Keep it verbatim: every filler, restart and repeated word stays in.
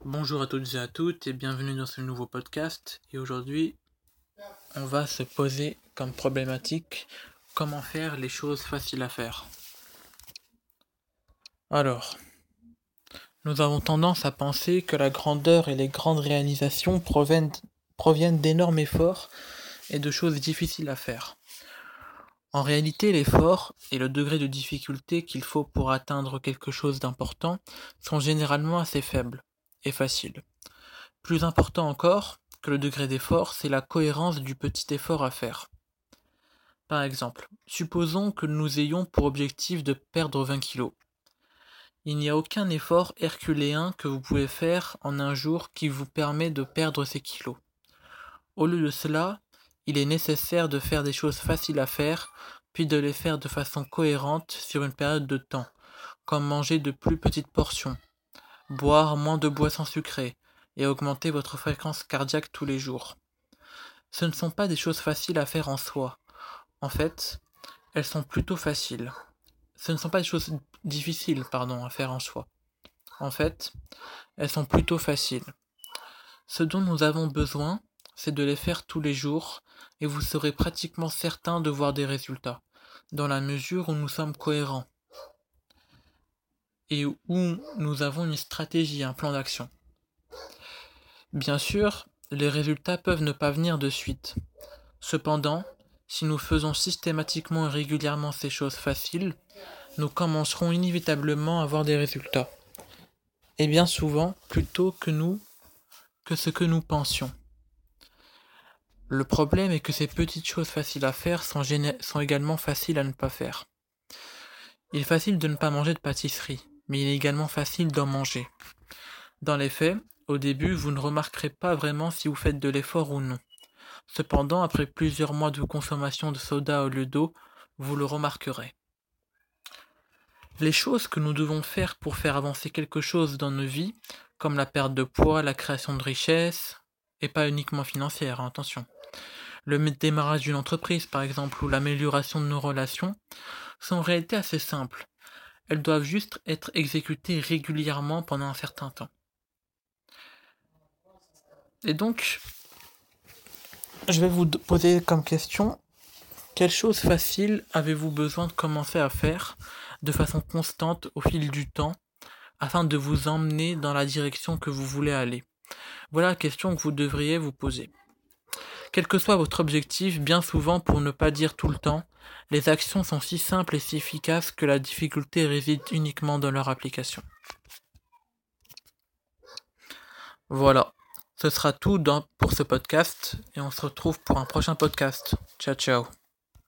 Bonjour à toutes et à toutes et bienvenue dans ce nouveau podcast. Et aujourd'hui, on va se poser comme problématique comment faire les choses faciles à faire. Alors, nous avons tendance à penser que la grandeur et les grandes réalisations proviennent, proviennent d'énormes efforts et de choses difficiles à faire. En réalité, l'effort et le degré de difficulté qu'il faut pour atteindre quelque chose d'important sont généralement assez faibles et faciles. Plus important encore que le degré d'effort, c'est la cohérence du petit effort à faire. Par exemple, supposons que nous ayons pour objectif de perdre vingt kilos. Il n'y a aucun effort herculéen que vous pouvez faire en un jour qui vous permet de perdre ces kilos. Au lieu de cela, il est nécessaire de faire des choses faciles à faire, puis de les faire de façon cohérente sur une période de temps, comme manger de plus petites portions, boire moins de boissons sucrées, et augmenter votre fréquence cardiaque tous les jours. Ce ne sont pas des choses faciles à faire en soi. En fait, elles sont plutôt faciles. Ce ne sont pas des choses difficiles, pardon, à faire en soi. En fait, elles sont plutôt faciles. Ce dont nous avons besoin, c'est de les faire tous les jours, et vous serez pratiquement certain de voir des résultats, dans la mesure où nous sommes cohérents, et où nous avons une stratégie, un plan d'action. Bien sûr, les résultats peuvent ne pas venir de suite. Cependant, si nous faisons systématiquement et régulièrement ces choses faciles, nous commencerons inévitablement à avoir des résultats. Et bien souvent, plus tôt que nous, que ce que nous pensions. Le problème est que ces petites choses faciles à faire sont, géné- sont également faciles à ne pas faire. Il est facile de ne pas manger de pâtisserie, mais il est également facile d'en manger. Dans les faits, au début, vous ne remarquerez pas vraiment si vous faites de l'effort ou non. Cependant, après plusieurs mois de consommation de soda au lieu d'eau, vous le remarquerez. Les choses que nous devons faire pour faire avancer quelque chose dans nos vies, comme la perte de poids, la création de richesse, et pas uniquement financière, hein, attention, le démarrage d'une entreprise par exemple, ou l'amélioration de nos relations, sont en réalité assez simples. Elles doivent juste être exécutées régulièrement pendant un certain temps. Et donc, je vais vous poser comme question, quelles choses faciles avez-vous besoin de commencer à faire de façon constante au fil du temps afin de vous emmener dans la direction que vous voulez aller? Voilà la question que vous devriez vous poser. Quel que soit votre objectif, bien souvent, pour ne pas dire tout le temps, les actions sont si simples et si efficaces que la difficulté réside uniquement dans leur application. Voilà, ce sera tout dans, pour ce podcast et on se retrouve pour un prochain podcast. Ciao ciao.